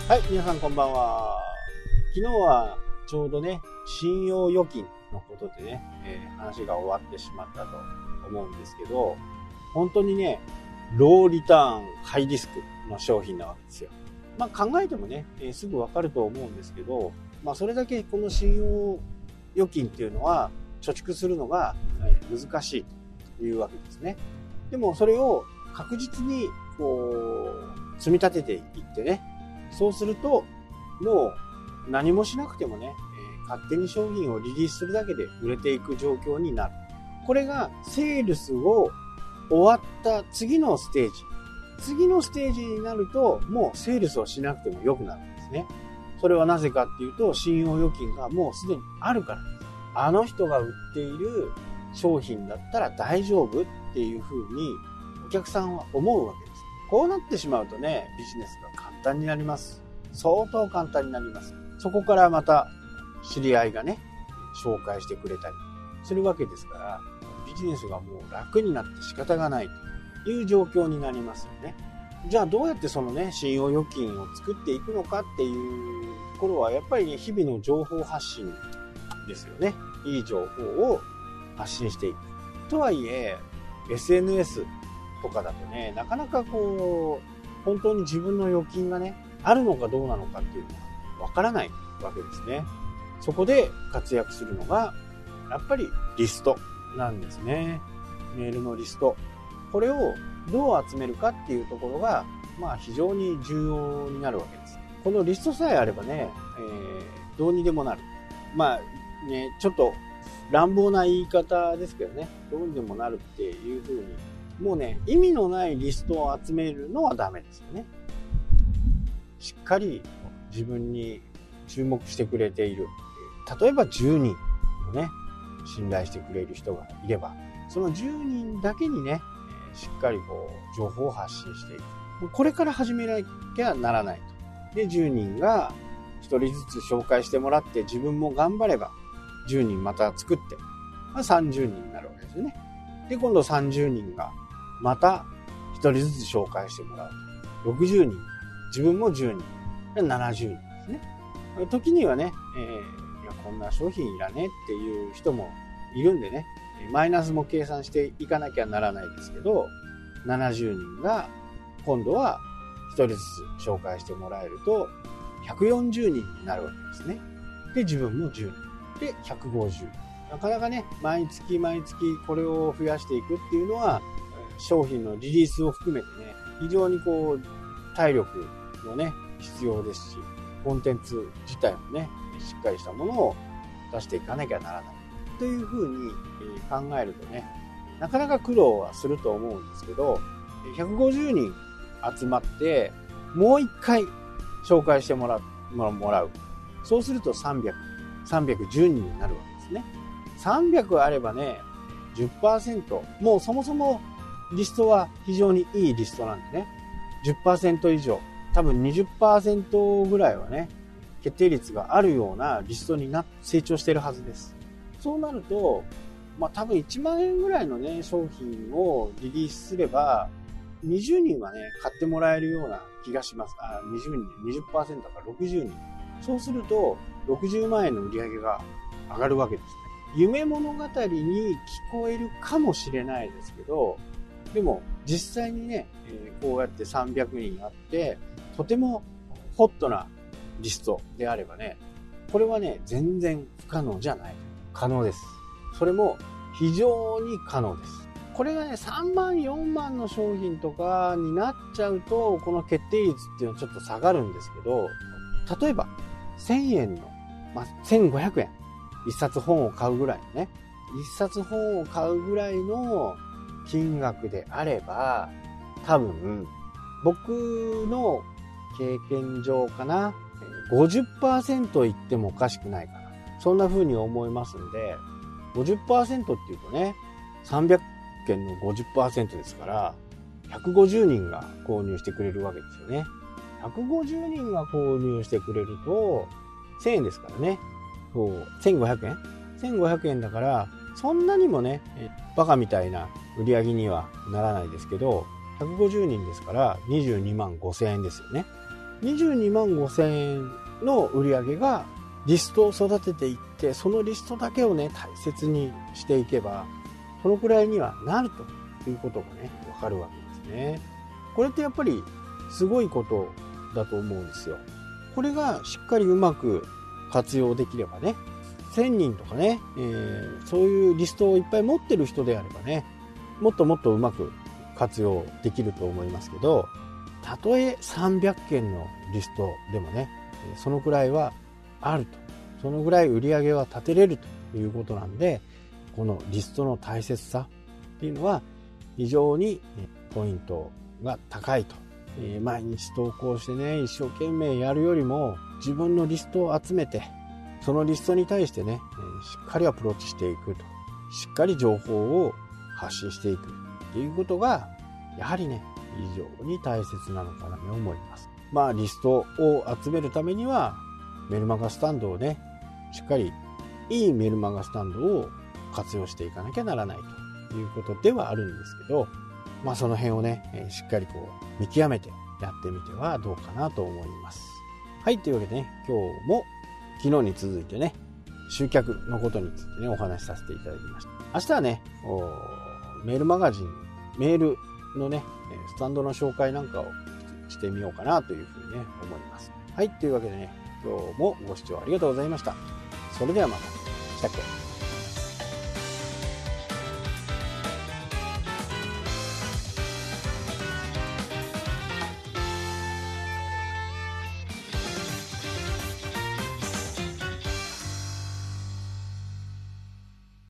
はい、皆さんこんばんは。昨日はちょうどね、信用預金のことでね、話が終わってしまったと思うんですけど、本当にね、ローリターン、ハイリスクの商品なわけですよ。考えてもね、すぐわかると思うんですけど、それだけこの信用預金っていうのは貯蓄するのが難しいというわけですね。でもそれを確実に積み立てていってね、そうするともう何もしなくてもね、勝手に商品をリリースするだけで売れていく状況になる。これがセールスを終わった次のステージになると、もうセールスをしなくても良くなるんですね。それはなぜかっていうと、信用預金がもうすでにあるからです。あの人が売っている商品だったら大丈夫っていうふうにお客さんは思うわけです。こうなってしまうとね、ビジネスが簡単になります。相当簡単になります。そこからまた知り合いがね、紹介してくれたりするわけですから、ビジネスがもう楽になって仕方がないという状況になりますよね。じゃあどうやってそのね、信用預金を作っていくのかっていうところは、やっぱりね、日々の情報発信ですよね。いい情報を発信していく。とはいえ、SNS とかだとね、なかなか本当に自分の預金がね、あるのかどうなのかっていうのはわからないわけですね。そこで活躍するのが、やっぱりリストなんですね。メールのリスト。これをどう集めるかっていうところが、非常に重要になるわけです。このリストさえあればね、どうにでもなる。ちょっと乱暴な言い方ですけどね、どうにでもなるっていう風に、もうね、意味のないリストを集めるのはダメですよね。しっかり自分に注目してくれている。例えば10人のね、信頼してくれる人がいれば、その10人だけにね、しっかり情報を発信していく。これから始めなきゃならないと。で、10人が1人ずつ紹介してもらって、自分も頑張れば、10人また作って、30人になるわけですよね。で、今度30人が、また1人ずつ紹介してもらうと。60人。自分も10人。70人ですね。時にはね、こんな商品いらねっていう人もいるんでね、マイナスも計算していかなきゃならないですけど、70人が今度は1人ずつ紹介してもらえると、140人になるわけですね。で、自分も10人。で、150。なかなかね、毎月これを増やしていくっていうのは、商品のリリースを含めてね、非常に体力もね、必要ですし、コンテンツ自体もね、しっかりしたものを出していかなきゃならないというふうに考えるとね、なかなか苦労はすると思うんですけど、150人集まってもう一回紹介してもらう。そうすると310人になるわけですね。300あればね、10%、もうそもそもリストは非常にいいリストなんでね、10% 以上、多分 20% ぐらいはね、決定率があるようなリストに成長しているはずです。そうなると、多分1万円ぐらいのね、商品をリリースすれば、20人はね、買ってもらえるような気がします。20人、20% から60人。そうすると、60万円の売り上げが上がるわけですね。夢物語に聞こえるかもしれないですけど、でも実際にね、こうやって300人あって、とてもホットなリストであればね、これはね、全然不可能じゃない。可能です。それも非常に可能です。これがね、3万、4万の商品とかになっちゃうと、この決定率っていうのはちょっと下がるんですけど、例えば1000円の、1500円。一冊本を買うぐらいのね、一冊本を買うぐらいの金額であれば、多分、僕の経験上かな、50% いってもおかしくないかな。そんな風に思いますんで、50% っていうとね、300件の 50% ですから、150人が購入してくれるわけですよね。150人が購入してくれると、1000円ですからね。そう、1500円 ?1500 円だから、そんなにもね、バカみたいな売り上げにはならないですけど、150人ですから22万5000円ですよね。 22万5千円の売り上げがリストを育てていって、そのリストだけをね、大切にしていけば、そのくらいにはなるということがね、わかるわけですね。これってやっぱりすごいことだと思うんですよ。これがしっかりうまく活用できればね、1000人とかね、そういうリストをいっぱい持ってる人であればね、もっともっとうまく活用できると思いますけど、たとえ300件のリストでもね、そのくらいはあると。そのぐらい売り上げは立てれるということなんで、このリストの大切さっていうのは非常にポイントが高いと。毎日投稿してね、一生懸命やるよりも、自分のリストを集めて、そのリストに対してね、しっかりアプローチしていくと。しっかり情報を発信していくっていうことが、やはりね、非常に大切なのかなと思います。リストを集めるためには、メルマガスタンドをね、しっかりいいメルマガスタンドを活用していかなきゃならないということではあるんですけど、その辺をね、しっかり見極めてやってみてはどうかなと思います。はい、というわけでね、今日も昨日に続いてね、集客のことについてね、お話しさせていただきました。明日はね、メールマガジン、メールのね、スタンドの紹介なんかをしてみようかなというふうにね、思います。はい、というわけでね、今日もご視聴ありがとうございました。それではまた。したっけ